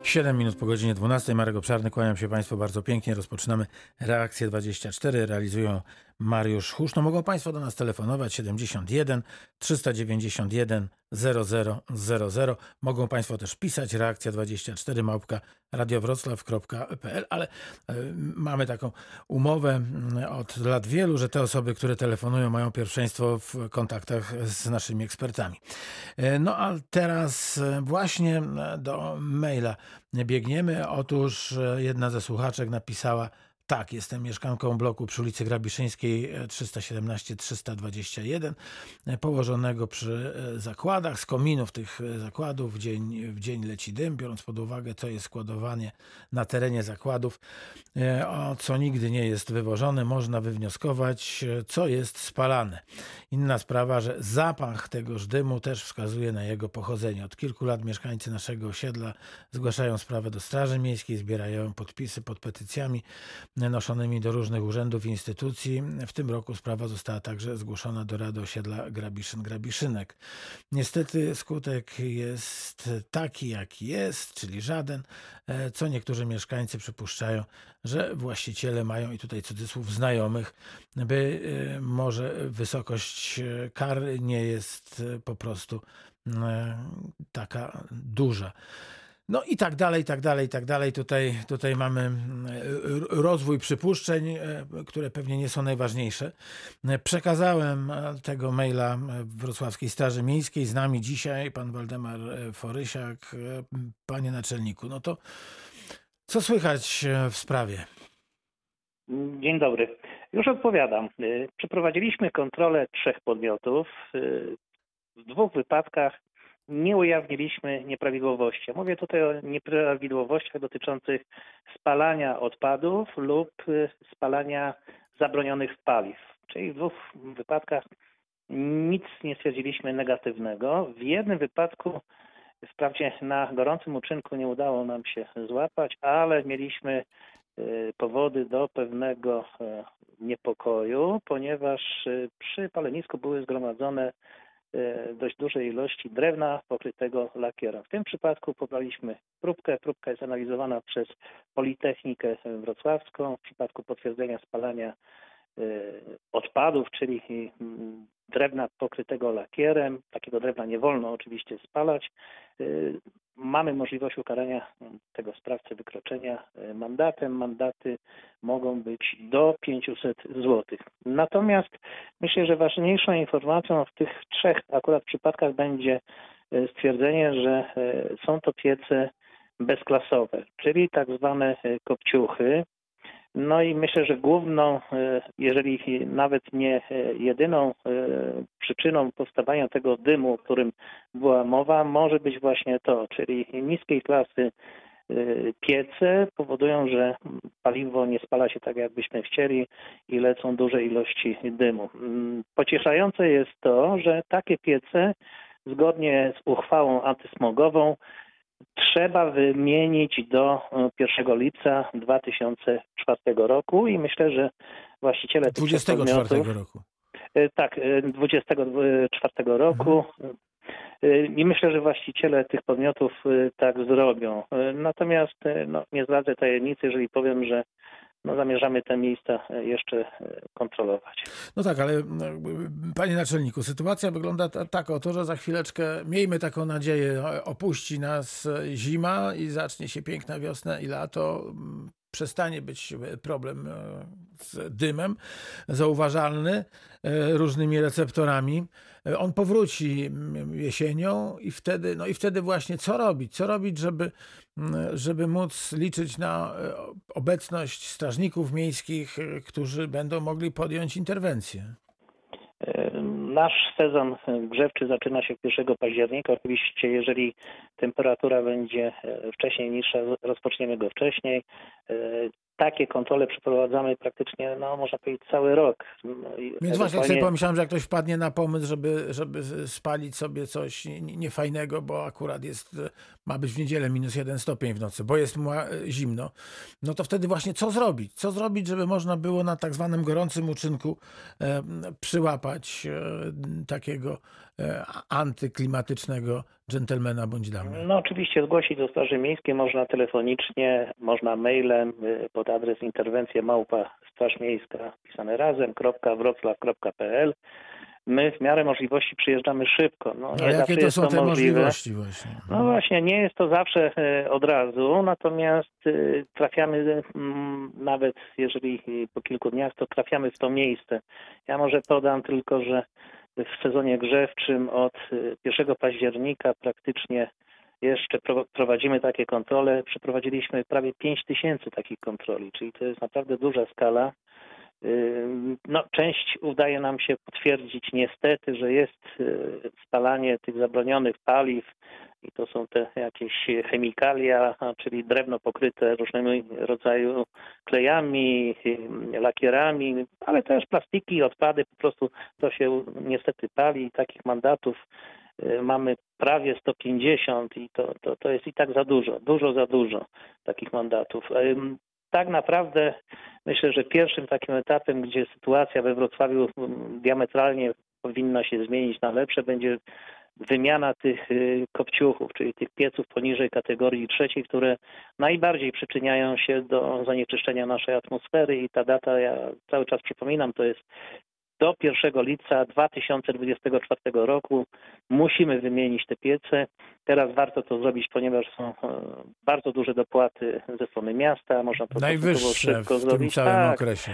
7 minut po godzinie 12. Marek Obszarny, kłaniam się Państwu bardzo pięknie. Rozpoczynamy Reakcję 24. Realizują Mariusz Husz. No mogą Państwo do nas telefonować 71 391 0000. Mogą Państwo też pisać reakcja24 @radiowroclaw.pl, ale mamy taką umowę od lat wielu, że te osoby, które telefonują, mają pierwszeństwo w kontaktach z naszymi ekspertami. No a teraz właśnie do maila biegniemy. Otóż jedna ze słuchaczek napisała: tak, jestem mieszkanką bloku przy ulicy Grabiszyńskiej 317-321, położonego przy zakładach. Z kominów tych zakładów w dzień leci dym, biorąc pod uwagę, co jest składowanie na terenie zakładów, co nigdy nie jest wywożone, można wywnioskować, co jest spalane. Inna sprawa, że zapach tegoż dymu też wskazuje na jego pochodzenie. Od kilku lat mieszkańcy naszego osiedla zgłaszają sprawę do Straży Miejskiej, zbierają podpisy pod petycjami noszonymi do różnych urzędów i instytucji. W tym roku sprawa została także zgłoszona do Rady Osiedla Grabiszyn-Grabiszynek. Niestety skutek jest taki, jaki jest, czyli żaden, co niektórzy mieszkańcy przypuszczają, że właściciele mają, i tutaj cudzysłów, znajomych, by może wysokość kar nie jest po prostu taka duża. No i tak dalej, i tak dalej, i tak dalej. Tutaj mamy rozwój przypuszczeń, które pewnie nie są najważniejsze. Przekazałem tego maila Wrocławskiej Straży Miejskiej. Z nami dzisiaj pan Waldemar Forysiak. Panie naczelniku, no to co słychać w sprawie? Dzień dobry. Już odpowiadam. Przeprowadziliśmy kontrolę 3 podmiotów. W 2 wypadkach nie ujawniliśmy nieprawidłowości. Mówię tutaj o nieprawidłowościach dotyczących spalania odpadów lub spalania zabronionych paliw. Czyli w 2 wypadkach nic nie stwierdziliśmy negatywnego. W jednym wypadku, wprawdzie na gorącym uczynku nie udało nam się złapać, ale mieliśmy powody do pewnego niepokoju, ponieważ przy palenisku były zgromadzone dość dużej ilości drewna pokrytego lakierem. W tym przypadku pobraliśmy próbkę. Próbka jest analizowana przez Politechnikę Wrocławską. W przypadku potwierdzenia spalania odpadów, czyli drewna pokrytego lakierem, takiego drewna nie wolno oczywiście spalać, mamy możliwość ukarania tego sprawcy wykroczenia mandatem. Mandaty mogą być do 500 zł. Natomiast myślę, że ważniejszą informacją w tych 3 akurat przypadkach będzie stwierdzenie, że są to piece bezklasowe, czyli tak zwane kopciuchy. No i myślę, że główną, jeżeli nawet nie jedyną przyczyną powstawania tego dymu, o którym była mowa, może być właśnie to, czyli niskiej klasy piece powodują, że paliwo nie spala się tak, jakbyśmy chcieli i lecą duże ilości dymu. Pocieszające jest to, że takie piece zgodnie z uchwałą antysmogową trzeba wymienić do 1 lipca 2004 roku i myślę, że właściciele tych 24 roku. Tak, 24 roku. I myślę, że właściciele tych podmiotów tak zrobią. Natomiast nie zdradzę tajemnicy, jeżeli powiem, że zamierzamy te miejsca jeszcze kontrolować. No tak, ale panie naczelniku, sytuacja wygląda tak oto, że za chwileczkę, miejmy taką nadzieję, opuści nas zima i zacznie się piękna wiosna i lato. Przestanie być problem z dymem zauważalny różnymi receptorami. On powróci jesienią i wtedy właśnie co robić? Co robić, żeby móc liczyć na obecność strażników miejskich, którzy będą mogli podjąć interwencję? Nasz sezon grzewczy zaczyna się 1 października. Oczywiście, jeżeli temperatura będzie wcześniej niższa, rozpoczniemy go wcześniej. Takie kontrole przeprowadzamy praktycznie, można powiedzieć, cały rok. Więc właśnie sobie pomyślałem, że jak ktoś wpadnie na pomysł, żeby spalić sobie coś niefajnego, bo akurat ma być w niedzielę -1 stopień w nocy, bo jest zimno, no to wtedy właśnie co zrobić? Co zrobić, żeby można było na tak zwanym gorącym uczynku przyłapać takiego antyklimatycznego dżentelmena bądź damę? No oczywiście zgłosić do Straży Miejskiej można telefonicznie, można mailem pod adres interwencje@strażmiejska pisane razem.wroclaw.pl. My w miarę możliwości przyjeżdżamy szybko. No, A nie jakie zawsze to jest są to te możliwe. możliwości właśnie? No właśnie, nie jest to zawsze od razu, natomiast trafiamy, nawet jeżeli po kilku dniach, to trafiamy w to miejsce. Ja może podam tylko, że w sezonie grzewczym od 1 października praktycznie jeszcze prowadzimy takie kontrole. Przeprowadziliśmy prawie 5000 takich kontroli, czyli to jest naprawdę duża skala. No, część udaje nam się potwierdzić niestety, że jest spalanie tych zabronionych paliw i to są te jakieś chemikalia, czyli drewno pokryte różnymi rodzaju klejami, lakierami, ale też plastiki, odpady, po prostu to się niestety pali i takich mandatów mamy prawie 150 i to jest i tak za dużo za dużo takich mandatów. Tak naprawdę myślę, że pierwszym takim etapem, gdzie sytuacja we Wrocławiu diametralnie powinna się zmienić na lepsze, będzie wymiana tych kopciuchów, czyli tych pieców poniżej kategorii trzeciej, które najbardziej przyczyniają się do zanieczyszczenia naszej atmosfery i ta data, ja cały czas przypominam, to jest do 1 lipca 2024 roku musimy wymienić te piece. Teraz warto to zrobić, ponieważ są bardzo duże dopłaty ze strony miasta. Można to stosunkowo szybko w tym zrobić. całym okresie.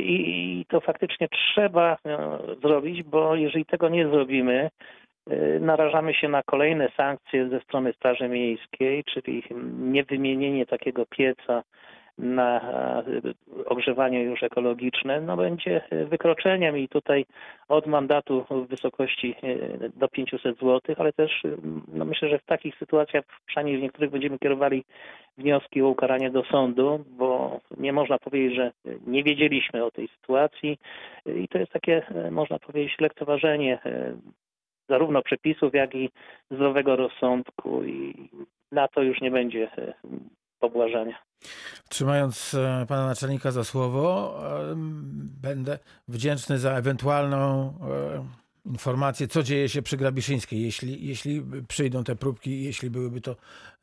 I to faktycznie trzeba zrobić, bo jeżeli tego nie zrobimy, narażamy się na kolejne sankcje ze strony Straży Miejskiej, czyli niewymienienie takiego pieca na ogrzewanie już ekologiczne, no będzie wykroczeniem i tutaj od mandatu w wysokości do 500 zł, ale też no myślę, że w takich sytuacjach, przynajmniej w niektórych będziemy kierowali wnioski o ukaranie do sądu, bo nie można powiedzieć, że nie wiedzieliśmy o tej sytuacji i to jest takie, można powiedzieć, lekceważenie zarówno przepisów, jak i zdrowego rozsądku i na to już nie będzie pobłażania. Trzymając pana naczelnika za słowo, będę wdzięczny za ewentualną informację, co dzieje się przy Grabiszyńskiej, jeśli przyjdą te próbki, jeśli byłyby to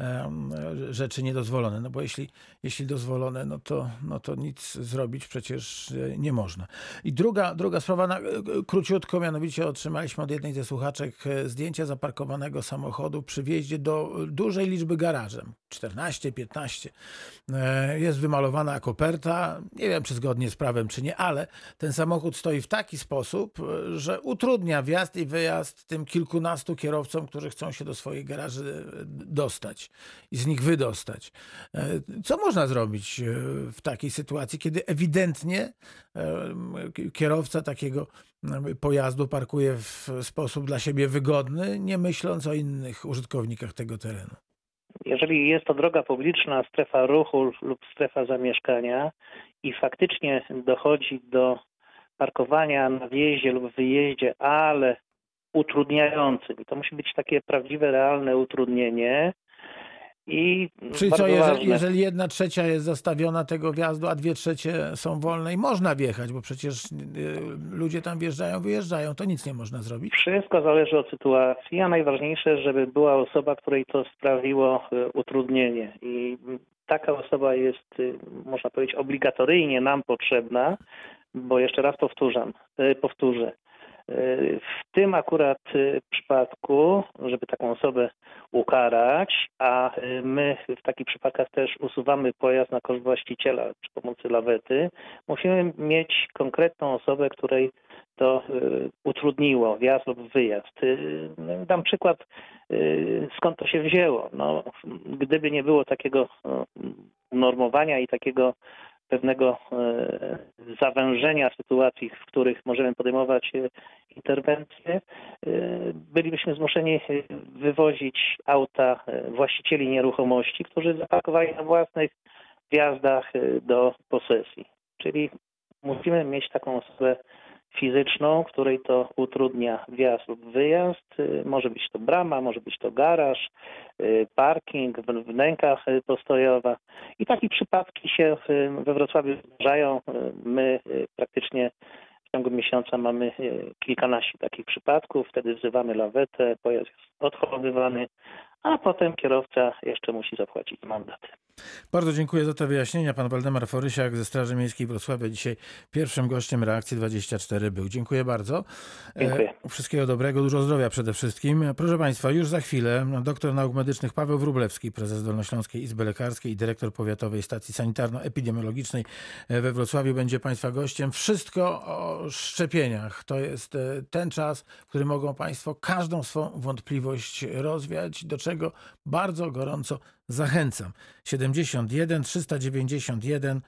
rzeczy niedozwolone. No bo jeśli dozwolone, no to nic zrobić przecież nie można. I druga sprawa, króciutko, mianowicie otrzymaliśmy od jednej ze słuchaczek zdjęcia zaparkowanego samochodu przy wjeździe do dużej liczby garaży. 14, 15. Jest wymalowana koperta. Nie wiem, czy zgodnie z prawem, czy nie, ale ten samochód stoi w taki sposób, że utrudnia wjazd i wyjazd tym kilkunastu kierowcom, którzy chcą się do swojej garaży dostać i z nich wydostać. Co można zrobić w takiej sytuacji, kiedy ewidentnie kierowca takiego pojazdu parkuje w sposób dla siebie wygodny, nie myśląc o innych użytkownikach tego terenu? Jeżeli jest to droga publiczna, strefa ruchu lub strefa zamieszkania i faktycznie dochodzi do parkowania na wjeździe lub wyjeździe, ale utrudniającym, to musi być takie prawdziwe, realne utrudnienie. Czyli co, jeżeli 1/3 jest zastawiona tego wjazdu, a 2/3 są wolne i można wjechać, bo przecież ludzie tam wjeżdżają, wyjeżdżają, to nic nie można zrobić? Wszystko zależy od sytuacji, a najważniejsze, żeby była osoba, której to sprawiło utrudnienie. I taka osoba jest, można powiedzieć, obligatoryjnie nam potrzebna, bo jeszcze raz powtórzę. W tym akurat przypadku, żeby taką osobę ukarać, a my w takich przypadkach też usuwamy pojazd na koszt właściciela przy pomocy lawety, musimy mieć konkretną osobę, której to utrudniło wjazd lub wyjazd. Dam przykład, skąd to się wzięło. No, gdyby nie było takiego normowania i takiego pewnego zawężenia sytuacji, w których możemy podejmować interwencje, bylibyśmy zmuszeni wywozić auta właścicieli nieruchomości, którzy zaparkowali na własnych wjazdach do posesji. Czyli musimy mieć taką osobę fizyczną, której to utrudnia wjazd lub wyjazd. Może być to brama, może być to garaż, parking, wnęka postojowa. I takie przypadki się we Wrocławiu zdarzają. My praktycznie W ciągu miesiąca mamy kilkanaście takich przypadków, wtedy wzywamy lawetę, pojazd jest odholowywany, a potem kierowca jeszcze musi zapłacić mandat. Bardzo dziękuję za te wyjaśnienia. Pan Waldemar Forysiak ze Straży Miejskiej Wrocławia dzisiaj pierwszym gościem Reakcji 24 był. Dziękuję bardzo. Dziękuję. Wszystkiego dobrego, dużo zdrowia przede wszystkim. Proszę Państwa, już za chwilę doktor nauk medycznych Paweł Wróblewski, prezes Dolnośląskiej Izby Lekarskiej i dyrektor Powiatowej Stacji Sanitarno-Epidemiologicznej we Wrocławiu będzie Państwa gościem. Wszystko o szczepieniach. To jest ten czas, w którym mogą Państwo każdą swą wątpliwość rozwiać, do czego bardzo gorąco zachęcam. 71 391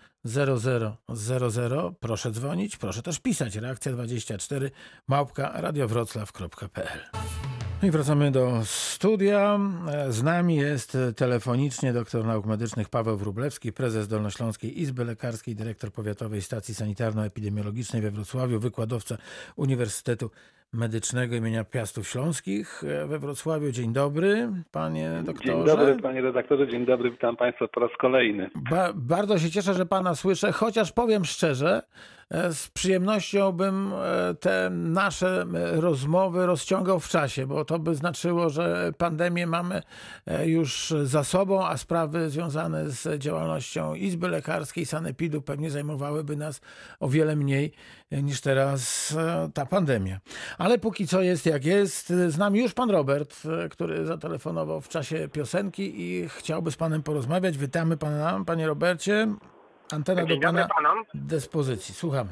0000. Proszę dzwonić, proszę też pisać. Reakcja 24 @radiowroclaw.pl. No i wracamy do studia. Z nami jest telefonicznie doktor nauk medycznych Paweł Wróblewski, prezes Dolnośląskiej Izby Lekarskiej, dyrektor Powiatowej Stacji Sanitarno-Epidemiologicznej we Wrocławiu, wykładowca Uniwersytetu Medycznego imienia Piastów Śląskich we Wrocławiu. Dzień dobry, panie doktorze. Dzień dobry, panie redaktorze, dzień dobry, witam państwa po raz kolejny. Bardzo się cieszę, że pana słyszę, chociaż powiem szczerze, z przyjemnością bym te nasze rozmowy rozciągał w czasie, bo to by znaczyło, że pandemię mamy już za sobą, a sprawy związane z działalnością Izby Lekarskiej, Sanepidu pewnie zajmowałyby nas o wiele mniej niż teraz ta pandemia. Ale póki co jest jak jest. Z nami już pan Robert, który zatelefonował w czasie piosenki i chciałby z panem porozmawiać. Witamy pana, panie Robercie. Antena do pana dyspozycji. Słuchamy.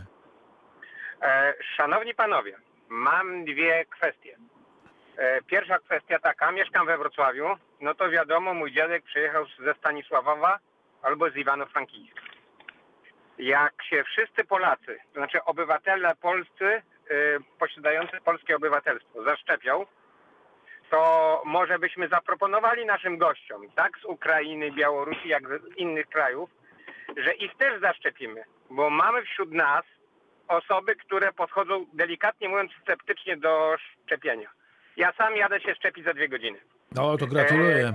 Szanowni panowie, mam dwie kwestie. Pierwsza kwestia taka, mieszkam we Wrocławiu, no to wiadomo, mój dziadek przyjechał ze Stanisławowa albo z Iwano-Frankijska. Jak się wszyscy Polacy, to znaczy obywatele polscy posiadający polskie obywatelstwo zaszczepią, to może byśmy zaproponowali naszym gościom, tak z Ukrainy, Białorusi, jak z innych krajów, że ich też zaszczepimy, bo mamy wśród nas osoby, które podchodzą, delikatnie mówiąc, sceptycznie do szczepienia. Ja sam jadę się szczepić za 2 godziny. No, to gratuluję.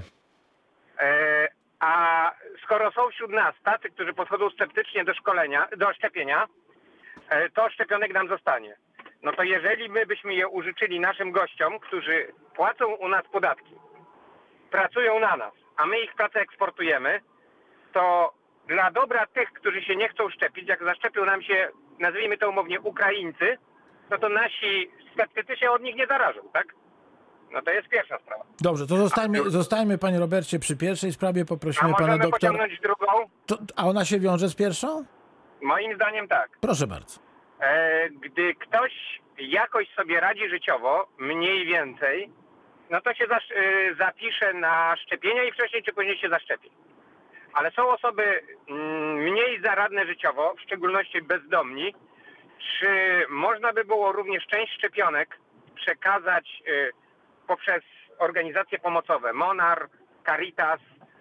A skoro są wśród nas tacy, którzy podchodzą sceptycznie do szczepienia, to szczepionek nam zostanie. No to jeżeli my byśmy je użyczyli naszym gościom, którzy płacą u nas podatki, pracują na nas, a my ich pracę eksportujemy, to dla dobra tych, którzy się nie chcą szczepić, jak zaszczepią nam się, nazwijmy to umownie, Ukraińcy, no to nasi sceptycy się od nich nie zarażą, tak? No to jest pierwsza sprawa. Dobrze, to zostańmy, panie Robercie, przy pierwszej sprawie. Poprosimy pana możemy doktora. pociągnąć drugą? A ona się wiąże z pierwszą? Moim zdaniem tak. Proszę bardzo. Gdy ktoś jakoś sobie radzi życiowo, mniej więcej, no to się zapisze na szczepienia i wcześniej czy później się zaszczepi. Ale są osoby mniej zaradne życiowo, w szczególności bezdomni. Czy można by było również część szczepionek przekazać poprzez organizacje pomocowe, Monar, Caritas,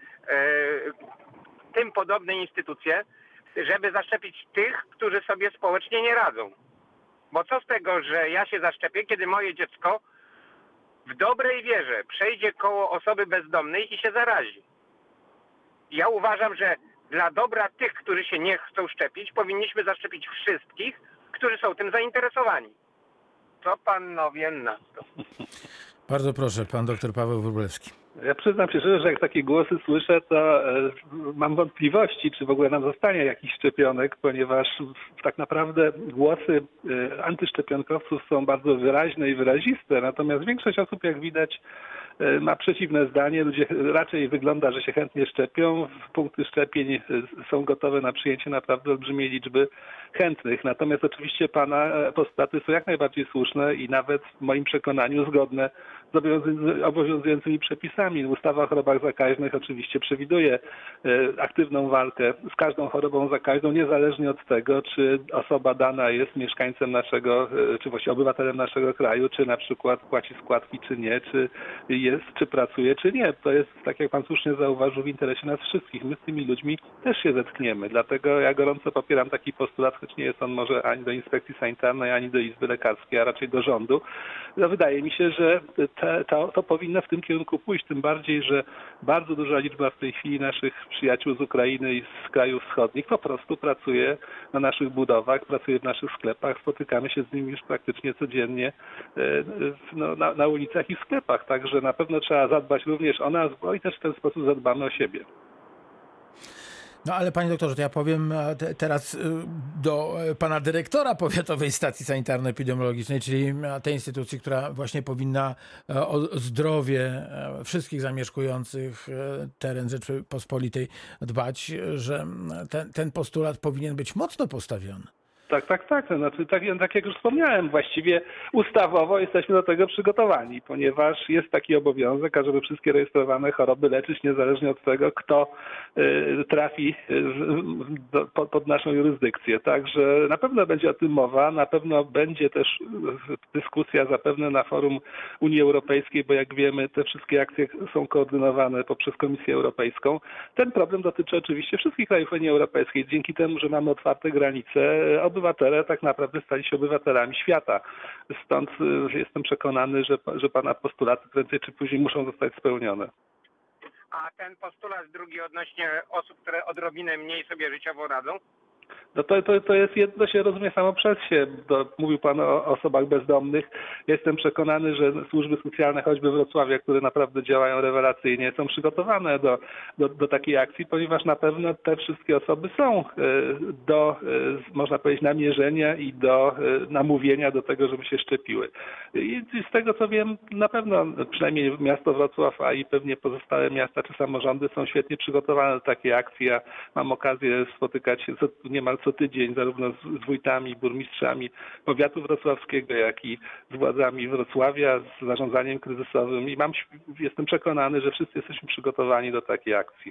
tym podobne instytucje, żeby zaszczepić tych, którzy sobie społecznie nie radzą? Bo co z tego, że ja się zaszczepię, kiedy moje dziecko w dobrej wierze przejdzie koło osoby bezdomnej i się zarazi? Ja uważam, że dla dobra tych, którzy się nie chcą szczepić, powinniśmy zaszczepić wszystkich, którzy są tym zainteresowani. Co panowie na to? Bardzo proszę, pan doktor Paweł Wróblewski. Ja przyznam się szczerze, że jak takie głosy słyszę, to mam wątpliwości, czy w ogóle nam zostanie jakiś szczepionek, ponieważ tak naprawdę głosy antyszczepionkowców są bardzo wyraźne i wyraziste, natomiast większość osób, jak widać, ma przeciwne zdanie. Ludzie raczej wygląda, że się chętnie szczepią. Punkty szczepień są gotowe na przyjęcie naprawdę olbrzymiej liczby chętnych. Natomiast oczywiście pana postulaty są jak najbardziej słuszne i nawet w moim przekonaniu zgodne z obowiązującymi przepisami. Ustawa o chorobach zakaźnych oczywiście przewiduje aktywną walkę z każdą chorobą zakaźną, niezależnie od tego, czy osoba dana jest mieszkańcem naszego, czy właściwie obywatelem naszego kraju, czy na przykład płaci składki, czy nie, czy pracuje, czy nie. To jest, tak jak pan słusznie zauważył, w interesie nas wszystkich. My z tymi ludźmi też się zetkniemy. Dlatego ja gorąco popieram taki postulat, choć nie jest on może ani do Inspekcji Sanitarnej, ani do Izby Lekarskiej, a raczej do rządu. No, wydaje mi się, że to powinno w tym kierunku pójść, tym bardziej, że bardzo duża liczba w tej chwili naszych przyjaciół z Ukrainy i z krajów wschodnich po prostu pracuje na naszych budowach, pracuje w naszych sklepach, spotykamy się z nimi już praktycznie codziennie na ulicach i w sklepach, także na pewno trzeba zadbać również o nas, bo i też w ten sposób zadbamy o siebie. No ale panie doktorze, to ja powiem teraz do pana dyrektora Powiatowej Stacji Sanitarno-Epidemiologicznej, czyli tej instytucji, która właśnie powinna o zdrowie wszystkich zamieszkujących teren Rzeczypospolitej dbać, że ten postulat powinien być mocno postawiony. Tak. Znaczy, tak jak już wspomniałem, właściwie ustawowo jesteśmy do tego przygotowani, ponieważ jest taki obowiązek, ażeby wszystkie rejestrowane choroby leczyć niezależnie od tego, kto trafi pod naszą jurysdykcję. Także na pewno będzie o tym mowa, na pewno będzie też dyskusja zapewne na forum Unii Europejskiej, bo jak wiemy, te wszystkie akcje są koordynowane poprzez Komisję Europejską. Ten problem dotyczy oczywiście wszystkich krajów Unii Europejskiej. Dzięki temu, że mamy otwarte granice, obywatele tak naprawdę stali się obywatelami świata. Stąd jestem przekonany, że pana postulaty prędzej czy później muszą zostać spełnione. A ten postulat drugi odnośnie osób, które odrobinę mniej sobie życiowo radzą? No to jest jedno, się rozumie samo przez się. Mówił pan o osobach bezdomnych. Jestem przekonany, że służby socjalne, choćby w Wrocławiu, które naprawdę działają rewelacyjnie, są przygotowane do takiej akcji, ponieważ na pewno te wszystkie osoby są do, można powiedzieć, namierzenia i do namówienia do tego, żeby się szczepiły. I z tego co wiem, na pewno przynajmniej miasto Wrocław, a i pewnie pozostałe miasta czy samorządy są świetnie przygotowane do takiej akcji. Ja mam okazję spotykać się niemal co tydzień zarówno z wójtami, burmistrzami powiatu wrocławskiego, jak i z władzami Wrocławia, z zarządzaniem kryzysowym i jestem przekonany, że wszyscy jesteśmy przygotowani do takiej akcji.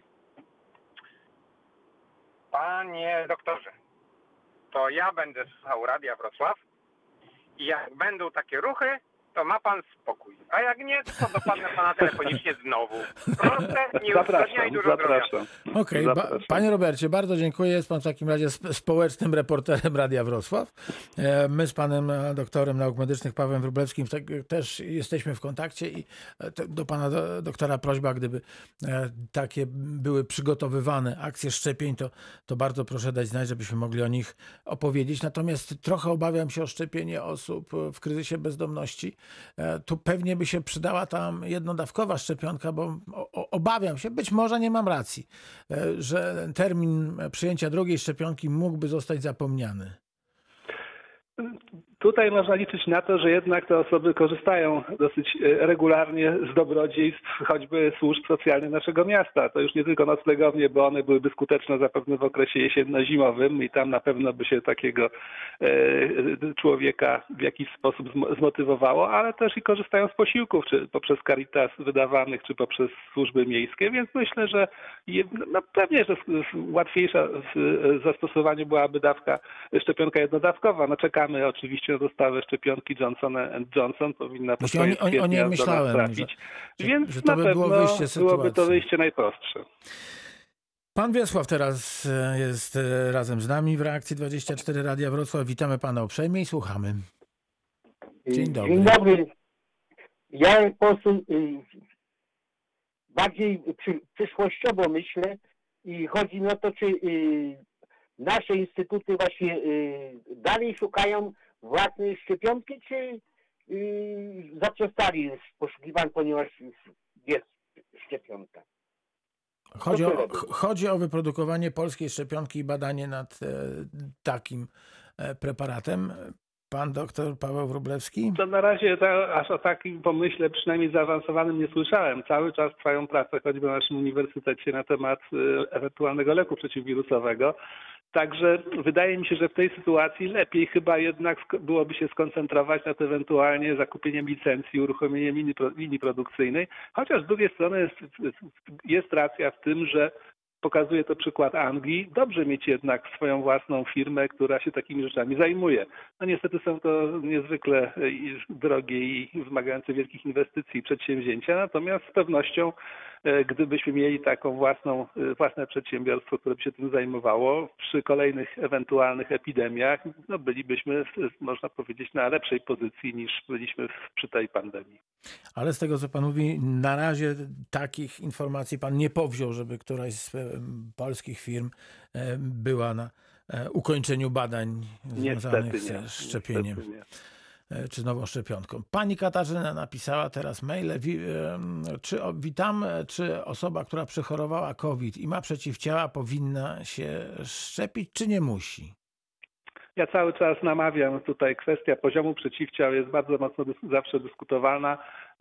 Panie doktorze, to ja będę słuchał Radia Wrocław i jak będą takie ruchy, to ma pan spokój. A jak nie, to dopadnę pana telefonicznie znowu. Proste, nieuzasadnione i dużo zdrowia. Okej, panie Robercie, bardzo dziękuję. Jest pan w takim razie społecznym reporterem Radia Wrocław. My z panem doktorem nauk medycznych Pawłem Wróblewskim też jesteśmy w kontakcie i do pana doktora prośba, gdyby takie były przygotowywane akcje szczepień, to bardzo proszę dać znać, żebyśmy mogli o nich opowiedzieć. Natomiast trochę obawiam się o szczepienie osób w kryzysie bezdomności. Tu pewnie by się przydała tam jednodawkowa szczepionka, bo obawiam się, być może nie mam racji, że termin przyjęcia drugiej szczepionki mógłby zostać zapomniany. Tutaj można liczyć na to, że jednak te osoby korzystają dosyć regularnie z dobrodziejstw choćby służb socjalnych naszego miasta. To już nie tylko noclegownie, bo one byłyby skuteczne zapewne w okresie jesienno-zimowym i tam na pewno by się takiego człowieka w jakiś sposób zmotywowało, ale też i korzystają z posiłków, czy poprzez Caritas wydawanych, czy poprzez służby miejskie, więc myślę, że pewnie, że łatwiejsza w zastosowaniu byłaby szczepionka jednodawkowa. No czekamy oczywiście na dostawę szczepionki Johnson & Johnson, powinna po koniec kwietnia do nas trafić, więc że to by było wyjście z byłoby to wyjście najprostsze. Pan Wiesław teraz jest razem z nami w Reakcji 24 Radia Wrocław. Witamy pana uprzejmie i słuchamy. Dzień dobry. Dzień dobry. Ja po prostu bardziej przyszłościowo myślę i chodzi o to, czy nasze instytuty właśnie dalej szukają własnej szczepionki, czy zaprzestali z poszukiwań, ponieważ jest szczepionka. Chodzi o wyprodukowanie polskiej szczepionki i badanie nad takim preparatem. Pan doktor Paweł Wróblewski? To na razie aż o takim pomyśle, przynajmniej zaawansowanym, nie słyszałem. Cały czas trwają prace, choćby na naszym uniwersytecie, na temat ewentualnego leku przeciwwirusowego. Także wydaje mi się, że w tej sytuacji lepiej chyba jednak byłoby się skoncentrować nad ewentualnie zakupieniem licencji, uruchomieniem linii produkcyjnej. Chociaż z drugiej strony jest racja w tym, że Pokazuje to przykład Anglii. Dobrze mieć jednak swoją własną firmę, która się takimi rzeczami zajmuje. No niestety są to niezwykle drogie i wymagające wielkich inwestycji przedsięwzięcia, natomiast z pewnością gdybyśmy mieli taką własne przedsiębiorstwo, które by się tym zajmowało, przy kolejnych ewentualnych epidemiach, no bylibyśmy, można powiedzieć, na lepszej pozycji niż byliśmy przy tej pandemii. Ale z tego, co pan mówi, na razie takich informacji pan nie powziął, żeby któraś z polskich firm była na ukończeniu badań związanych ze szczepieniem. Niestety nie. Czy nową szczepionką. Pani Katarzyna napisała teraz maile. Witam, czy osoba, która przechorowała COVID i ma przeciwciała, powinna się szczepić, czy nie musi? Ja cały czas namawiam, tutaj kwestia poziomu przeciwciał jest bardzo mocno zawsze dyskutowana.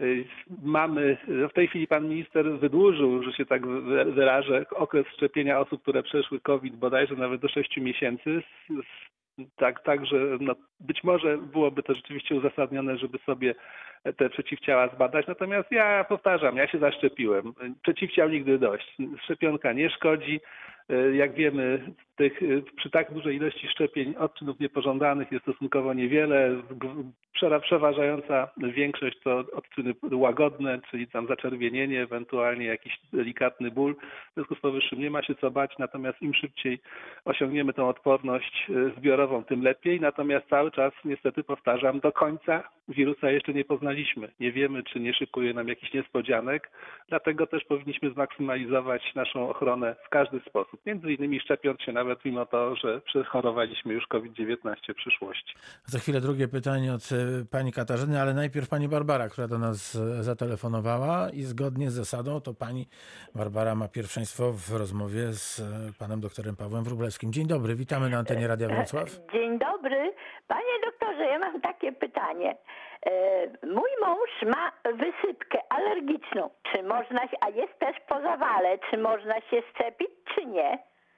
W tej chwili pan minister wydłużył, że się tak wyrażę, okres szczepienia osób, które przeszły COVID bodajże nawet do 6 miesięcy. Także no, być może byłoby to rzeczywiście uzasadnione, żeby sobie te przeciwciała zbadać. Natomiast ja powtarzam, ja się zaszczepiłem. Przeciwciał nigdy dość. Szczepionka nie szkodzi. Jak wiemy, przy tak dużej ilości szczepień odczynów niepożądanych jest stosunkowo niewiele. Przeważająca większość to odczyny łagodne, czyli tam zaczerwienienie, ewentualnie jakiś delikatny ból. W związku z powyższym nie ma się co bać, natomiast im szybciej osiągniemy tą odporność zbiorową, tym lepiej. Natomiast cały czas, niestety powtarzam, do końca wirusa jeszcze nie poznaliśmy. Nie wiemy, czy nie szykuje nam jakichś niespodzianek, dlatego też powinniśmy zmaksymalizować naszą ochronę w każdy sposób. Między innymi szczepiąc się nawet mimo to, że przechorowaliśmy już COVID-19 w przyszłości. Za chwilę drugie pytanie od pani Katarzyny, ale najpierw pani Barbara, która do nas zatelefonowała i zgodnie z zasadą to pani Barbara ma pierwszeństwo w rozmowie z panem doktorem Pawłem Wróblewskim. Dzień dobry, witamy na antenie Radia Wrocław. Dzień dobry. Panie doktorze, ja mam takie pytanie. Mój mąż ma wysypkę alergiczną. Czy można, a jest też po zawale, czy można się szczepić, czy nie?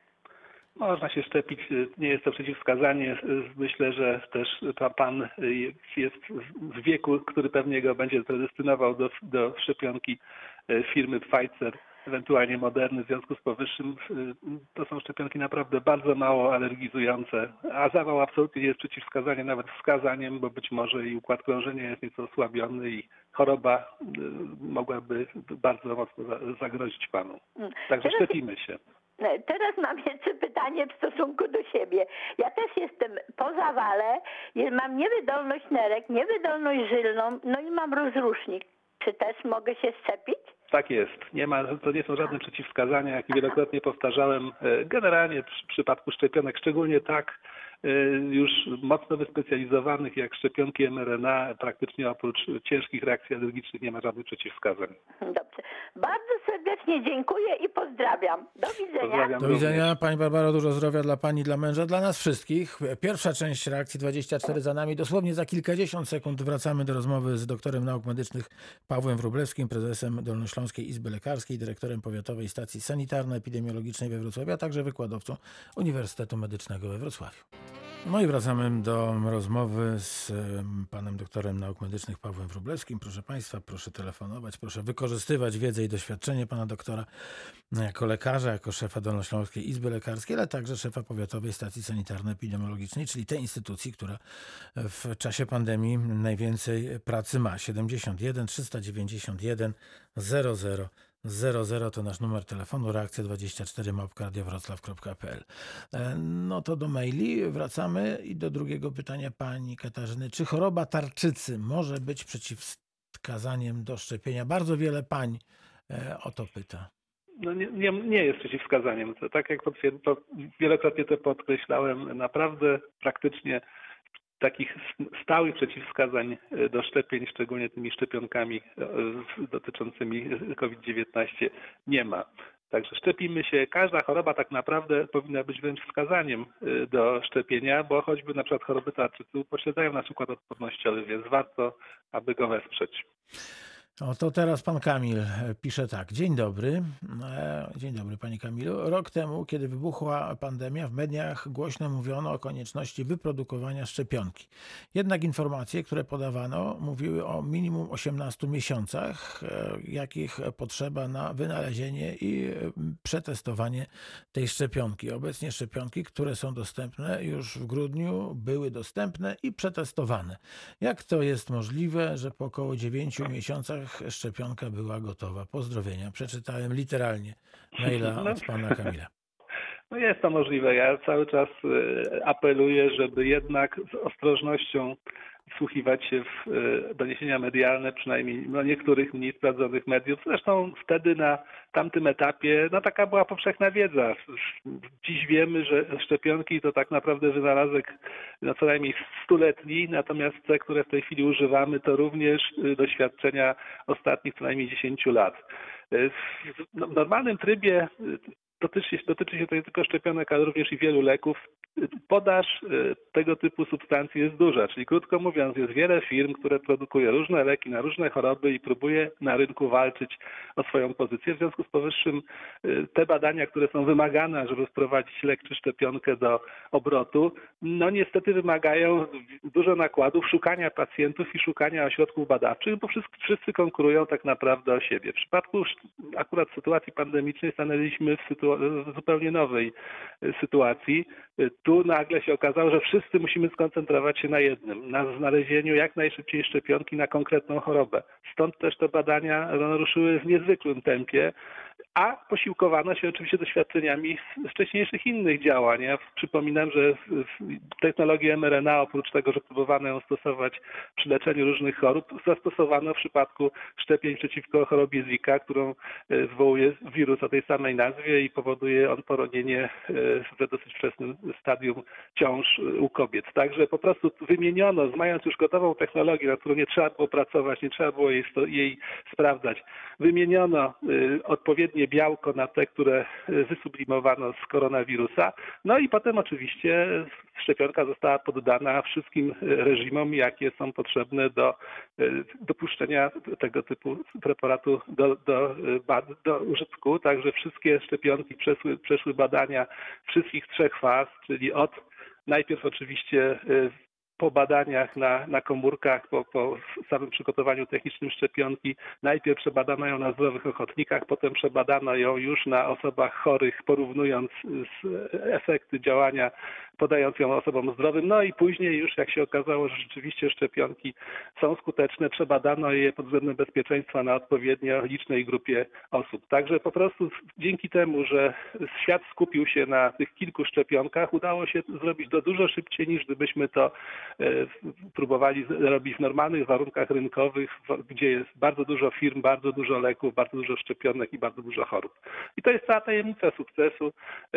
Można się szczepić, nie jest to przeciwwskazanie. Myślę, że też pan jest w wieku, który pewnie go będzie predestynował do szczepionki firmy Pfizer, ewentualnie Moderny. W związku z powyższym to są szczepionki naprawdę bardzo mało alergizujące, a zawał absolutnie nie jest przeciwwskazaniem, nawet wskazaniem, bo być może i układ krążenia jest nieco osłabiony i choroba mogłaby bardzo mocno zagrozić panu. Także szczepimy się. Teraz mam jeszcze pytanie w stosunku do siebie. Ja też jestem po zawale, mam niewydolność nerek, niewydolność żylną, no i mam rozrusznik. Czy też mogę się szczepić? Tak jest. To nie są żadne przeciwwskazania, jak wielokrotnie powtarzałem. Generalnie w przypadku szczepionek, szczególnie tak już mocno wyspecjalizowanych jak szczepionki mRNA, praktycznie oprócz ciężkich reakcji alergicznych nie ma żadnych przeciwwskazań. Dobrze. Bardzo serdecznie dziękuję i pozdrawiam. Do widzenia. Pozdrawiam Do widzenia. również. Pani Barbaro, dużo zdrowia dla pani, dla męża, dla nas wszystkich. Pierwsza część reakcji 24 za nami. Dosłownie za kilkadziesiąt sekund wracamy do rozmowy z doktorem nauk medycznych Pawłem Wróblewskim, prezesem Dolnośląskiej Izby Lekarskiej, dyrektorem Powiatowej Stacji Sanitarno-Epidemiologicznej we Wrocławiu, a także wykładowcą Uniwersytetu Medycznego we Wrocławiu. No i wracamy do rozmowy z panem doktorem nauk medycznych Pawłem Wróblewskim. Proszę państwa, proszę telefonować, proszę wykorzystywać wiedzę i doświadczenie pana doktora jako lekarza, jako szefa Dolnośląskiej Izby Lekarskiej, ale także szefa Powiatowej Stacji Sanitarno-Epidemiologicznej, czyli tej instytucji, która w czasie pandemii najwięcej pracy ma. 71 391 00 00 to nasz numer telefonu, reakcja 24@radiowroclaw.pl. No to do maili wracamy i do drugiego pytania pani Katarzyny. Czy choroba tarczycy może być przeciwwskazaniem do szczepienia? Bardzo wiele pań o to pyta. No nie jest przeciwwskazaniem. To, tak jak wielokrotnie to podkreślałem, naprawdę praktycznie takich stałych przeciwwskazań do szczepień, szczególnie tymi szczepionkami dotyczącymi COVID-19 nie ma. Także szczepimy się. Każda choroba tak naprawdę powinna być wręcz wskazaniem do szczepienia, bo choćby na przykład choroby tarczycy upośledzają nasz układ odpornościowy, więc warto, aby go wesprzeć. O, to teraz pan Kamil pisze tak. Dzień dobry. Dzień dobry, panie Kamilu. Rok temu, kiedy wybuchła pandemia, w mediach głośno mówiono o konieczności wyprodukowania szczepionki. Jednak informacje, które podawano, mówiły o minimum 18 miesiącach, jakich potrzeba na wynalezienie i przetestowanie tej szczepionki. Obecnie szczepionki, które są dostępne już w grudniu, były dostępne i przetestowane. Jak to jest możliwe, że po około 9 miesiącach szczepionka była gotowa? Pozdrowienia. Przeczytałem literalnie maila od pana Kamila. No jest to możliwe. Ja cały czas apeluję, żeby jednak z ostrożnością wsłuchiwać się w doniesienia medialne, przynajmniej niektórych mniej sprawdzonych mediów. Zresztą wtedy na tamtym etapie taka była powszechna wiedza. Dziś wiemy, że szczepionki to tak naprawdę wynalazek co najmniej stuletni, natomiast te, które w tej chwili używamy, to również doświadczenia ostatnich co najmniej 10 lat. W normalnym trybie dotyczy się to nie tylko szczepionek, ale również i wielu leków. Podaż tego typu substancji jest duża, czyli krótko mówiąc, jest wiele firm, które produkuje różne leki na różne choroby i próbuje na rynku walczyć o swoją pozycję. W związku z powyższym te badania, które są wymagane, żeby wprowadzić lek czy szczepionkę do obrotu, niestety wymagają dużo nakładów, szukania pacjentów i szukania ośrodków badawczych, bo wszyscy konkurują tak naprawdę o siebie. W przypadku akurat sytuacji pandemicznej stanęliśmy w zupełnie nowej sytuacji. Tu nagle się okazało, że wszyscy musimy skoncentrować się na jednym, na znalezieniu jak najszybciej szczepionki na konkretną chorobę. Stąd też te badania ruszyły w niezwykłym tempie, a posiłkowano się oczywiście doświadczeniami z wcześniejszych innych działań. Ja przypominam, że technologię mRNA, oprócz tego, że próbowano ją stosować przy leczeniu różnych chorób, zastosowano w przypadku szczepień przeciwko chorobie Zika, którą wywołuje wirus o tej samej nazwie i powoduje on poronienie w dosyć wczesnym stadium ciąż u kobiet. Także po prostu wymieniono, mając już gotową technologię, na którą nie trzeba było pracować, nie trzeba było jej sprawdzać, wymieniono odpowiednie białko na te, które wysublimowano z koronawirusa. No i potem oczywiście szczepionka została poddana wszystkim reżimom, jakie są potrzebne do dopuszczenia tego typu preparatu do użytku. Także wszystkie szczepionki przeszły badania wszystkich 3 faz, czyli najpierw oczywiście po badaniach na komórkach, po samym przygotowaniu technicznym szczepionki, najpierw przebadano ją na zdrowych ochotnikach, potem przebadano ją już na osobach chorych, porównując efekty działania, podając ją osobom zdrowym. No i później już jak się okazało, że rzeczywiście szczepionki są skuteczne, przebadano je pod względem bezpieczeństwa na odpowiednio licznej grupie osób. Także po prostu dzięki temu, że świat skupił się na tych kilku szczepionkach, udało się zrobić to dużo szybciej, niż gdybyśmy to próbowali robić w normalnych warunkach rynkowych, gdzie jest bardzo dużo firm, bardzo dużo leków, bardzo dużo szczepionek i bardzo dużo chorób. I to jest cała tajemnica sukcesu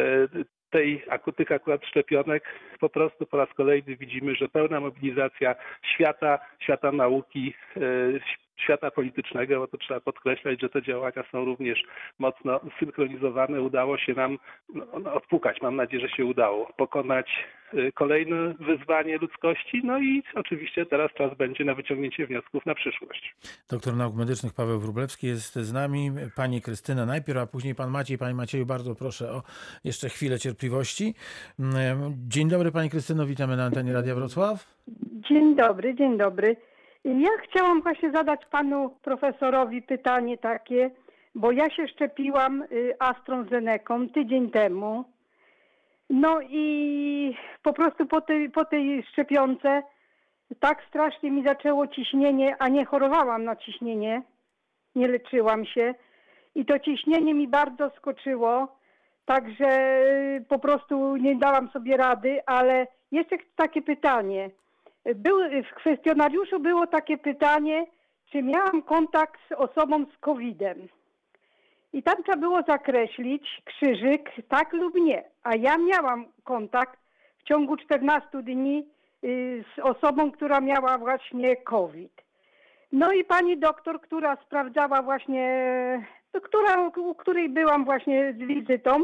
tych akurat szczepionek. Po prostu po raz kolejny widzimy, że pełna mobilizacja świata nauki, świata politycznego, bo to trzeba podkreślać, że te działania są również mocno synchronizowane. Udało się nam odpukać, mam nadzieję, że się udało, pokonać kolejne wyzwanie ludzkości, no i oczywiście teraz czas będzie na wyciągnięcie wniosków na przyszłość. Doktor nauk medycznych Paweł Wróblewski jest z nami. Pani Krystyna najpierw, a później pan Maciej. Panie Macieju, bardzo proszę o jeszcze chwilę cierpliwości. Dzień dobry pani Krystyno, witamy na antenie Radia Wrocław. Dzień dobry, dzień dobry. Ja chciałam właśnie zadać panu profesorowi pytanie takie, bo ja się szczepiłam AstraZeneką tydzień temu. No i po prostu po tej szczepionce tak strasznie mi zaczęło ciśnienie, a nie chorowałam na ciśnienie, nie leczyłam się. I to ciśnienie mi bardzo skoczyło, także po prostu nie dałam sobie rady, ale jeszcze takie pytanie. W kwestionariuszu było takie pytanie, czy miałam kontakt z osobą z COVID-em. I tam trzeba było zakreślić krzyżyk, tak lub nie. A ja miałam kontakt w ciągu 14 dni z osobą, która miała właśnie COVID. No i pani doktor, która sprawdzała właśnie, u której byłam właśnie z wizytą,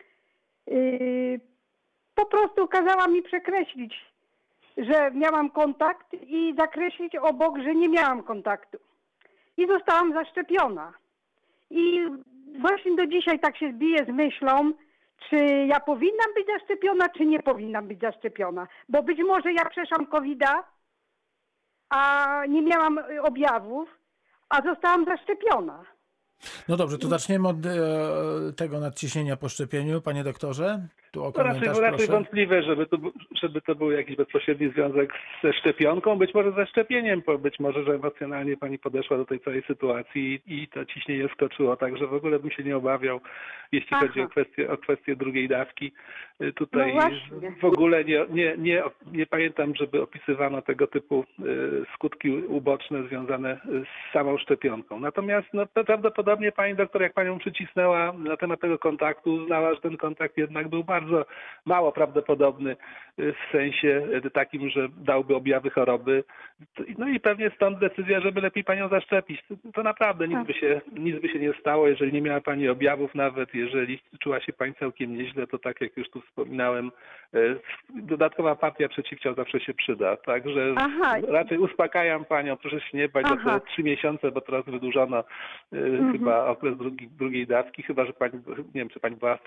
po prostu kazała mi przekreślić, że miałam kontakt i zakreślić obok, że nie miałam kontaktu. i zostałam zaszczepiona. I właśnie do dzisiaj tak się zbiję z myślą, czy ja powinnam być zaszczepiona, czy nie powinnam być zaszczepiona. Bo być może ja przeszłam COVID-a, a nie miałam objawów, a zostałam zaszczepiona. No dobrze, to zaczniemy od tego nadciśnienia po szczepieniu, panie doktorze. Tu o To komentarz, raczej proszę. wątpliwe, żeby to był jakiś bezpośredni związek ze szczepionką, być może ze szczepieniem, być może, że emocjonalnie pani podeszła do tej całej sytuacji i to ciśnienie skoczyło, także w ogóle bym się nie obawiał, jeśli chodzi o kwestię drugiej dawki. Tutaj w ogóle nie pamiętam, żeby opisywano tego typu skutki uboczne związane z samą szczepionką. Natomiast prawdopodobnie pani doktor, jak panią przycisnęła na temat tego kontaktu, uznała, że ten kontakt jednak był bardzo mało prawdopodobny w sensie takim, że dałby objawy choroby. No i pewnie stąd decyzja, żeby lepiej panią zaszczepić. To naprawdę nic by się nie stało, jeżeli nie miała pani objawów, nawet jeżeli czuła się pani całkiem nieźle, to tak jak już tu wspominałem, dodatkowa partia przeciwciał zawsze się przyda. Także raczej uspokajam panią, proszę się nie bać, za te 3 miesiące, bo teraz wydłużono chyba okres drugiej dawki, chyba że pani, nie wiem, czy pani była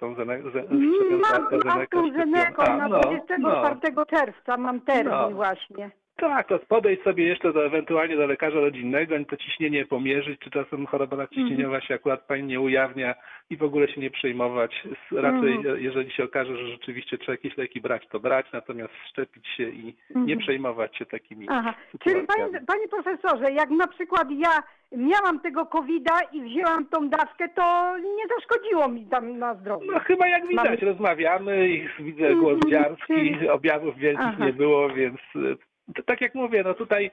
AstraZeneką na 24 czerwca mam termin właśnie. Tak, to podejść sobie jeszcze ewentualnie do lekarza rodzinnego, to ciśnienie pomierzyć, czy czasem choroba nadciśnieniowa się akurat pani nie ujawnia i w ogóle się nie przejmować. Raczej jeżeli się okaże, że rzeczywiście trzeba jakieś leki brać, to brać, natomiast szczepić się i nie przejmować się takimi Czyli panie profesorze, jak na przykład ja miałam tego COVID-a i wzięłam tą dawkę, to nie zaszkodziło mi tam na zdrowiu. No chyba jak widać, rozmawiamy i widzę głos dziarski, objawów wielkich nie było, więc tak jak mówię, no tutaj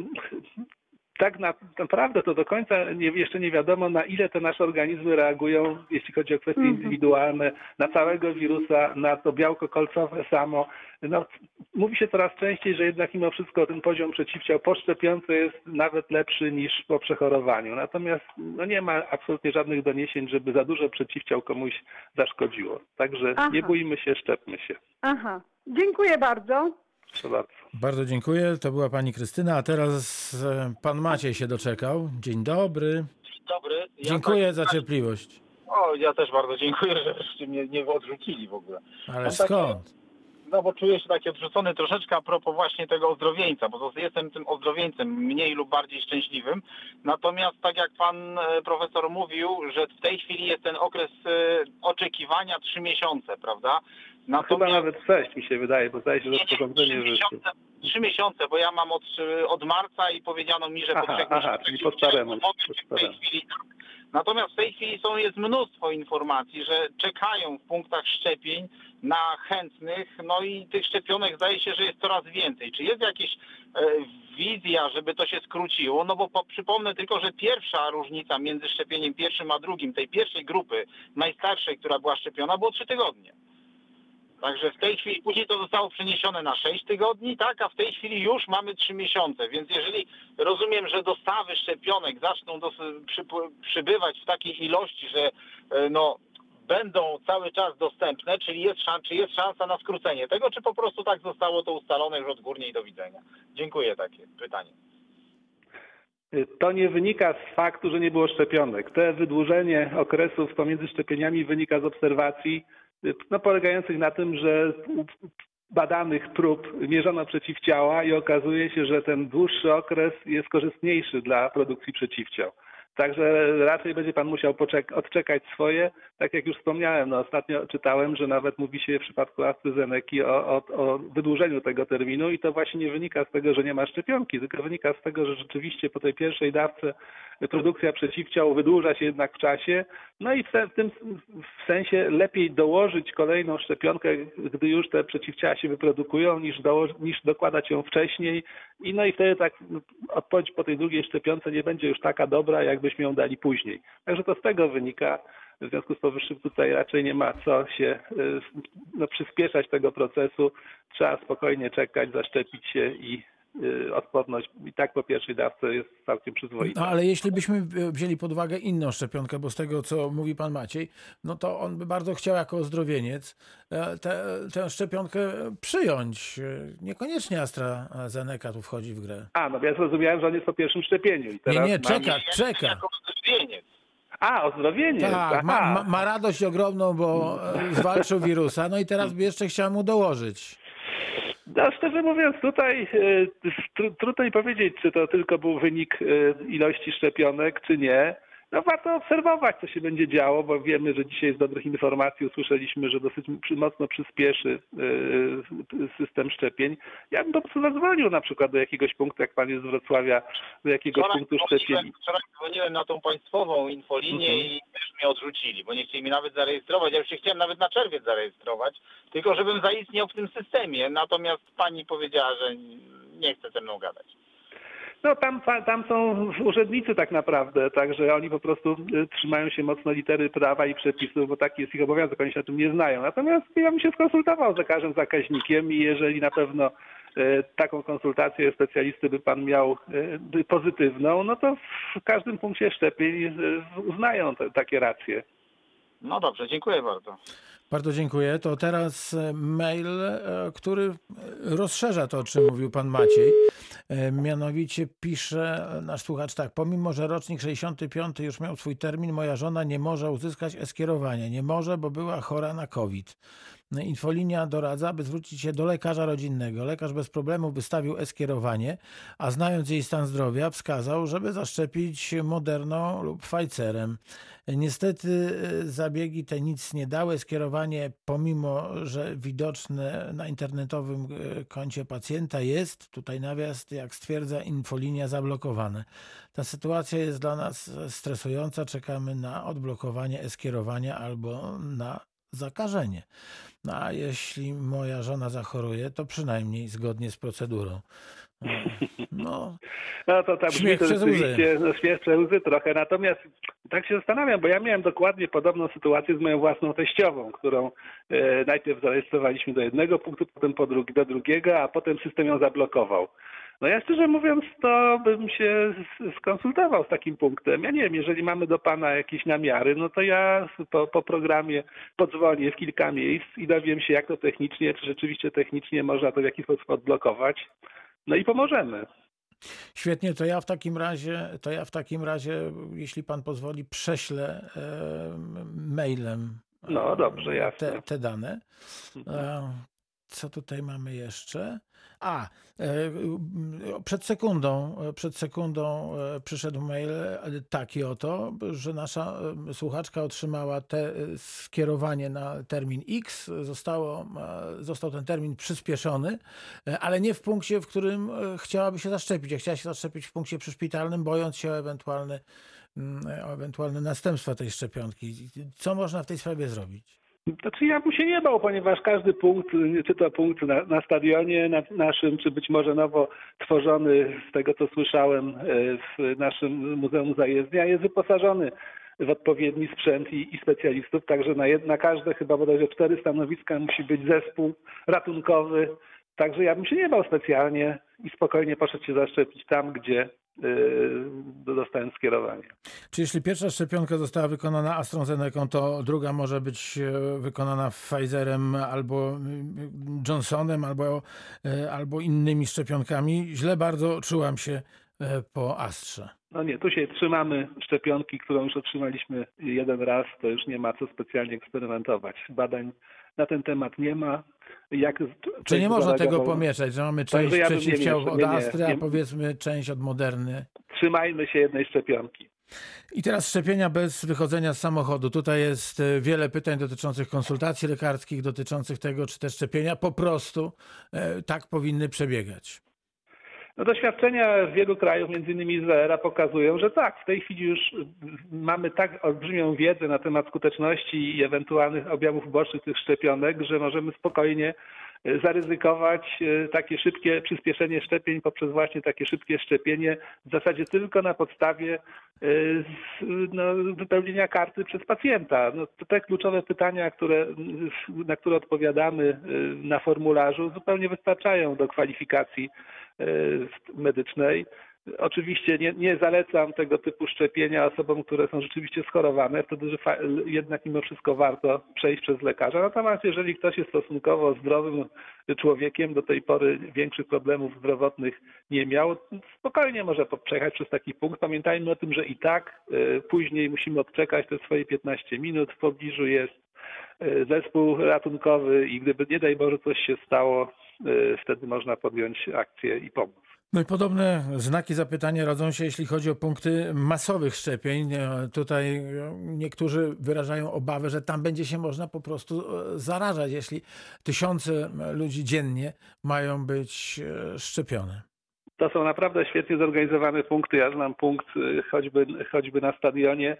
tak naprawdę to do końca jeszcze nie wiadomo, na ile te nasze organizmy reagują, jeśli chodzi o kwestie indywidualne, na całego wirusa, na to białko kolcowe samo. No, mówi się coraz częściej, że jednak mimo wszystko ten poziom przeciwciał po szczepionce jest nawet lepszy niż po przechorowaniu. Natomiast nie ma absolutnie żadnych doniesień, żeby za dużo przeciwciał komuś zaszkodziło. Także nie bójmy się, szczepmy się. Dziękuję bardzo. Bardzo dziękuję. To była pani Krystyna, a teraz pan Maciej się doczekał. Dzień dobry. Dzień dobry. Dziękuję za cierpliwość. Ja też bardzo dziękuję, że wreszcie mnie nie odrzucili w ogóle. Ale skąd? No bo czuję się taki odrzucony troszeczkę a propos właśnie tego ozdrowieńca, bo to jestem tym ozdrowieńcem mniej lub bardziej szczęśliwym. Natomiast tak jak pan profesor mówił, że w tej chwili jest ten okres oczekiwania 3 miesiące, prawda? Chyba nawet 6 mi się wydaje, bo zdaje się, że rozporządzenie wyszło. 3 miesiące, bo ja mam od marca i powiedziano mi, że po 3 miesiącach czyli po staremu. W tej chwili tak. Natomiast w tej chwili jest mnóstwo informacji, że czekają w punktach szczepień na chętnych, no i tych szczepionek zdaje się, że jest coraz więcej. Czy jest jakaś wizja, żeby to się skróciło? No bo przypomnę tylko, że pierwsza różnica między szczepieniem pierwszym a drugim, tej pierwszej grupy najstarszej, która była szczepiona, było 3 tygodnie. Także w tej chwili, później to zostało przeniesione na 6 tygodni, tak, a w tej chwili już mamy 3 miesiące, więc jeżeli rozumiem, że dostawy szczepionek zaczną przybywać w takiej ilości, że będą cały czas dostępne, czyli jest szansa na skrócenie tego, czy po prostu tak zostało to ustalone już odgórnie i do widzenia? Dziękuję, takie pytanie. To nie wynika z faktu, że nie było szczepionek. Te wydłużenie okresów pomiędzy szczepieniami wynika z obserwacji polegających na tym, że badanych prób mierzono przeciwciała i okazuje się, że ten dłuższy okres jest korzystniejszy dla produkcji przeciwciał. Także raczej będzie pan musiał odczekać swoje. Tak jak już wspomniałem, ostatnio czytałem, że nawet mówi się w przypadku AstraZeneki o wydłużeniu tego terminu i to właśnie nie wynika z tego, że nie ma szczepionki, tylko wynika z tego, że rzeczywiście po tej pierwszej dawce produkcja przeciwciał wydłuża się jednak w czasie. No i w tym sensie lepiej dołożyć kolejną szczepionkę, gdy już te przeciwciała się wyprodukują, niż dokładać ją wcześniej. I wtedy tak odpowiedź po tej drugiej szczepionce nie będzie już taka dobra, jakbyśmy ją dali później. Także to z tego wynika. W związku z powyższym tutaj raczej nie ma co się przyspieszać tego procesu. Trzeba spokojnie czekać, zaszczepić się i odporność i tak po pierwszej dawce jest całkiem przyzwoita. No ale jeśli byśmy wzięli pod uwagę inną szczepionkę, bo z tego, co mówi pan Maciej, no to on by bardzo chciał jako ozdrowieniec tę szczepionkę przyjąć. Niekoniecznie AstraZeneca tu wchodzi w grę. No ja zrozumiałem, że on jest po pierwszym szczepieniu. I teraz Nie, czeka. Jako ozdrowieniec. Ozdrowienie. Tak, ma radość ogromną, bo zwalczył wirusa, no i teraz by jeszcze chciał mu dołożyć. No, szczerze mówiąc, tutaj trudno mi powiedzieć, czy to tylko był wynik ilości szczepionek, czy nie. No warto obserwować, co się będzie działo, bo wiemy, że dzisiaj z dobrych informacji usłyszeliśmy, że dosyć mocno przyspieszy system szczepień. Ja bym po prostu zadzwonił na przykład do jakiegoś punktu, jak pan jest z Wrocławia, do jakiegoś punktu szczepień. Wczoraj dzwoniłem na tą państwową infolinię i też mnie odrzucili, bo nie chcieli mi nawet zarejestrować. Ja już się chciałem nawet na czerwiec zarejestrować, tylko żebym zaistniał w tym systemie. Natomiast pani powiedziała, że nie chce ze mną gadać. No tam są urzędnicy tak naprawdę, także oni po prostu trzymają się mocno litery prawa i przepisów, bo taki jest ich obowiązek, oni się na tym nie znają. Natomiast ja bym się skonsultował z każdym zakaźnikiem i jeżeli na pewno taką konsultację specjalisty by pan miał pozytywną, no to w każdym punkcie szczepień uznają takie racje. No dobrze, dziękuję bardzo. Bardzo dziękuję. To teraz mail, który rozszerza to, o czym mówił pan Maciej. Mianowicie pisze nasz słuchacz tak. Pomimo, że rocznik 65 już miał swój termin, moja żona nie może uzyskać e-skierowania. Nie może, bo była chora na COVID. Infolinia doradza, by zwrócić się do lekarza rodzinnego. Lekarz bez problemu wystawił e-skierowanie, a znając jej stan zdrowia wskazał, żeby zaszczepić Moderną lub Pfizerem. Niestety zabiegi te nic nie dały. Skierowanie, pomimo że widoczne na internetowym koncie pacjenta, jest, tutaj nawias, jak stwierdza Infolinia, zablokowane. Ta sytuacja jest dla nas stresująca. Czekamy na odblokowanie e-skierowania albo na zakażenie. No a jeśli moja żona zachoruje, to przynajmniej zgodnie z procedurą. No to tam śmiech przez łzy. Śmiech przez łzy trochę. Natomiast tak się zastanawiam, bo ja miałem dokładnie podobną sytuację z moją własną teściową, którą najpierw zarejestrowaliśmy do jednego punktu, potem do drugiego, a potem system ją zablokował. No ja szczerze mówiąc, to bym się skonsultował z takim punktem. Ja nie wiem, jeżeli mamy do pana jakieś namiary, no to ja po programie podzwonię w kilka miejsc i dowiem się, jak to technicznie, czy rzeczywiście technicznie można to w jakiś sposób odblokować. No i pomożemy. Świetnie, to ja w takim razie, jeśli pan pozwoli, prześlę mailem no dobrze, jasne. Te dane. Co tutaj mamy jeszcze? Przed sekundą przyszedł mail taki oto, że nasza słuchaczka otrzymała skierowanie na termin X. Został ten termin przyspieszony, ale nie w punkcie, w którym chciałaby się zaszczepić. Chciała się zaszczepić w punkcie przyszpitalnym, bojąc się o ewentualne następstwa tej szczepionki. Co można w tej sprawie zrobić? Znaczy ja bym się nie bał, ponieważ każdy punkt, czy to punkt na stadionie naszym, czy być może nowo tworzony, z tego co słyszałem, w naszym Muzeum Zajezdnia, jest wyposażony w odpowiedni sprzęt i specjalistów, także na każde chyba bodajże 4 stanowiska musi być zespół ratunkowy. Także ja bym się nie bał specjalnie i spokojnie poszedł się zaszczepić tam, gdzie dostałem skierowanie. Czy jeśli pierwsza szczepionka została wykonana AstraZeneką, to druga może być wykonana Pfizerem albo Johnsonem, albo innymi szczepionkami? Źle bardzo czułam się po Astrze. No nie, tu się trzymamy szczepionki, którą już otrzymaliśmy jeden raz, to już nie ma co specjalnie eksperymentować. Badań na ten temat nie ma. Czy nie można tego pomieszać, że mamy część przeciwciał od Astry, a powiedzmy część od Moderny? Trzymajmy się jednej szczepionki. I teraz szczepienia bez wychodzenia z samochodu. Tutaj jest wiele pytań dotyczących konsultacji lekarskich, dotyczących tego, czy te szczepienia po prostu tak powinny przebiegać. No doświadczenia z wielu krajów, między innymi Izraela, pokazują, że tak, w tej chwili już mamy tak olbrzymią wiedzę na temat skuteczności i ewentualnych objawów ubocznych tych szczepionek, że możemy spokojnie zaryzykować takie szybkie przyspieszenie szczepień poprzez właśnie takie szybkie szczepienie w zasadzie tylko na podstawie wypełnienia karty przez pacjenta. No, te kluczowe pytania, na które odpowiadamy na formularzu, zupełnie wystarczają do kwalifikacji medycznej. Oczywiście nie zalecam tego typu szczepienia osobom, które są rzeczywiście schorowane, wtedy że jednak mimo wszystko warto przejść przez lekarza. Natomiast jeżeli ktoś jest stosunkowo zdrowym człowiekiem, do tej pory większych problemów zdrowotnych nie miał, spokojnie może przejechać przez taki punkt. Pamiętajmy o tym, że i tak później musimy odczekać te swoje 15 minut, w pobliżu jest zespół ratunkowy i gdyby nie daj Boże coś się stało, wtedy można podjąć akcję i pomóc. No i podobne znaki zapytania rodzą się, jeśli chodzi o punkty masowych szczepień. Tutaj niektórzy wyrażają obawę, że tam będzie się można po prostu zarażać, jeśli tysiące ludzi dziennie mają być szczepione. To są naprawdę świetnie zorganizowane punkty. Ja znam punkt choćby na stadionie.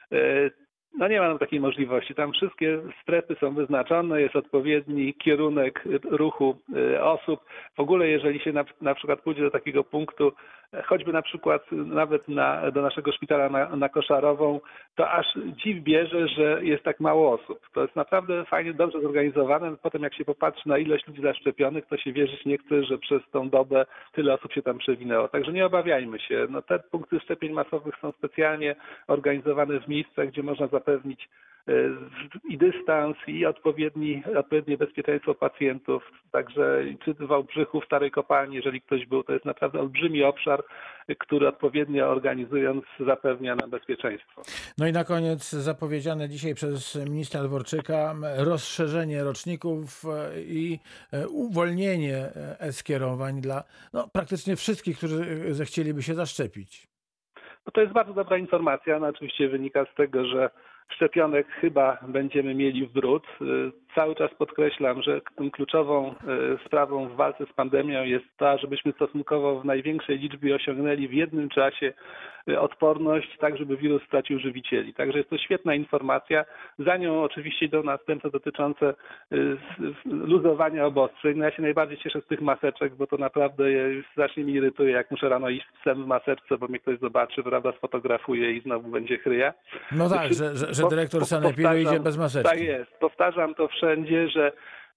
No nie ma takiej możliwości. Tam wszystkie strefy są wyznaczone, jest odpowiedni kierunek ruchu osób. W ogóle jeżeli się na przykład pójdzie do takiego punktu, choćby na przykład nawet do naszego szpitala na Koszarową, to aż dziw bierze, że jest tak mało osób. To jest naprawdę fajnie, dobrze zorganizowane. Potem jak się popatrzy na ilość ludzi zaszczepionych, to się wierzyć nie chce, że przez tą dobę tyle osób się tam przewinęło. Także nie obawiajmy się. No, te punkty szczepień masowych są specjalnie organizowane w miejscach, gdzie można zapewnić i dystans, i odpowiednie bezpieczeństwo pacjentów. Także czy w Wałbrzychu, w Starej Kopalni, jeżeli ktoś był, to jest naprawdę olbrzymi obszar, który odpowiednio organizując zapewnia nam bezpieczeństwo. No i na koniec zapowiedziane dzisiaj przez ministra Dworczyka rozszerzenie roczników i uwolnienie e-skierowań dla praktycznie wszystkich, którzy zechcieliby się zaszczepić. No to jest bardzo dobra informacja. No oczywiście wynika z tego, że szczepionek chyba będziemy mieli w bród. Cały czas podkreślam, że tą kluczową sprawą w walce z pandemią jest ta, żebyśmy stosunkowo w największej liczbie osiągnęli w jednym czasie odporność, tak żeby wirus stracił żywicieli. Także jest to świetna informacja. Za nią oczywiście idą następne dotyczące luzowania obostrzeń. No ja się najbardziej cieszę z tych maseczek, bo to naprawdę strasznie mnie irytuje, jak muszę rano iść psem w maseczce, bo mnie ktoś zobaczy, prawda, sfotografuje i znowu będzie chryja. No tak, że dyrektor sanepidu idzie bez maseczki. Tak jest. Powtarzam to wszędzie, że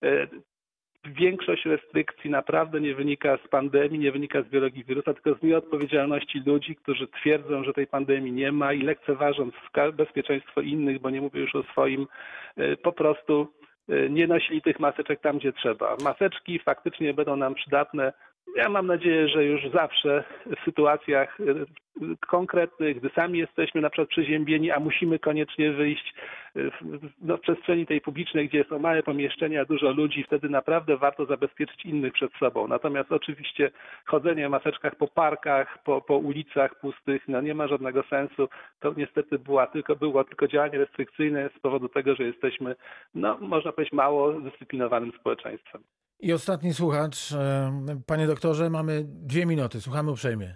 większość restrykcji naprawdę nie wynika z pandemii, nie wynika z biologii wirusa, tylko z nieodpowiedzialności ludzi, którzy twierdzą, że tej pandemii nie ma i lekceważąc bezpieczeństwo innych, bo nie mówię już o swoim, po prostu nie nosili tych maseczek tam, gdzie trzeba. Maseczki faktycznie będą nam przydatne. Ja mam nadzieję, że już zawsze w sytuacjach konkretnych, gdy sami jesteśmy na przykład przeziębieni, a musimy koniecznie wyjść w przestrzeni tej publicznej, gdzie są małe pomieszczenia, dużo ludzi, wtedy naprawdę warto zabezpieczyć innych przed sobą. Natomiast oczywiście chodzenie w maseczkach po parkach, po ulicach pustych, nie ma żadnego sensu. To niestety było tylko działanie restrykcyjne z powodu tego, że jesteśmy, można powiedzieć, mało zdyscyplinowanym społeczeństwem. I ostatni słuchacz. Panie doktorze, mamy 2 minuty. Słuchamy uprzejmie.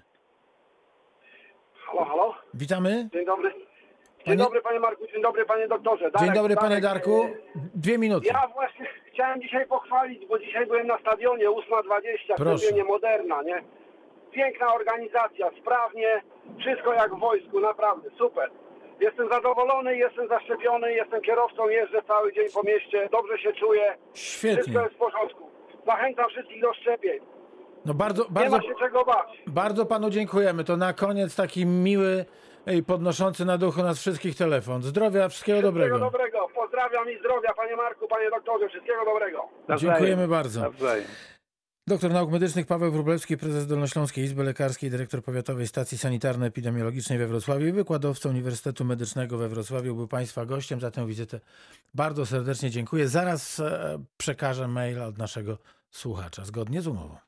Halo, halo. Witamy. Dzień dobry. Dzień dobry panie Marku, dzień dobry panie doktorze. Dzień dobry panie Darku. 2 minuty. Ja właśnie chciałem dzisiaj pochwalić, bo dzisiaj byłem na stadionie 8:20, szczepienie Moderna, nie? Piękna organizacja, sprawnie, wszystko jak w wojsku, naprawdę, super. Jestem zadowolony, jestem zaszczepiony, jestem kierowcą, jeżdżę cały dzień po mieście, dobrze się czuję. Świetnie. Wszystko jest w porządku. Zachęcam wszystkich do szczepień. No nie ma się czego bać. Bardzo panu dziękujemy. To na koniec taki miły i podnoszący na duchu nas wszystkich telefon. Zdrowia, wszystkiego dobrego. Wszystkiego dobrego. Pozdrawiam i zdrowia, panie Marku, panie doktorze. Wszystkiego dobrego. Dziękujemy bardzo. Nawzajem. Doktor nauk medycznych Paweł Wróblewski, prezes Dolnośląskiej Izby Lekarskiej, dyrektor Powiatowej Stacji Sanitarno-Epidemiologicznej we Wrocławiu i wykładowca Uniwersytetu Medycznego we Wrocławiu był państwa gościem. Za tę wizytę bardzo serdecznie dziękuję. Zaraz przekażę maila od naszego słuchacza, zgodnie z umową.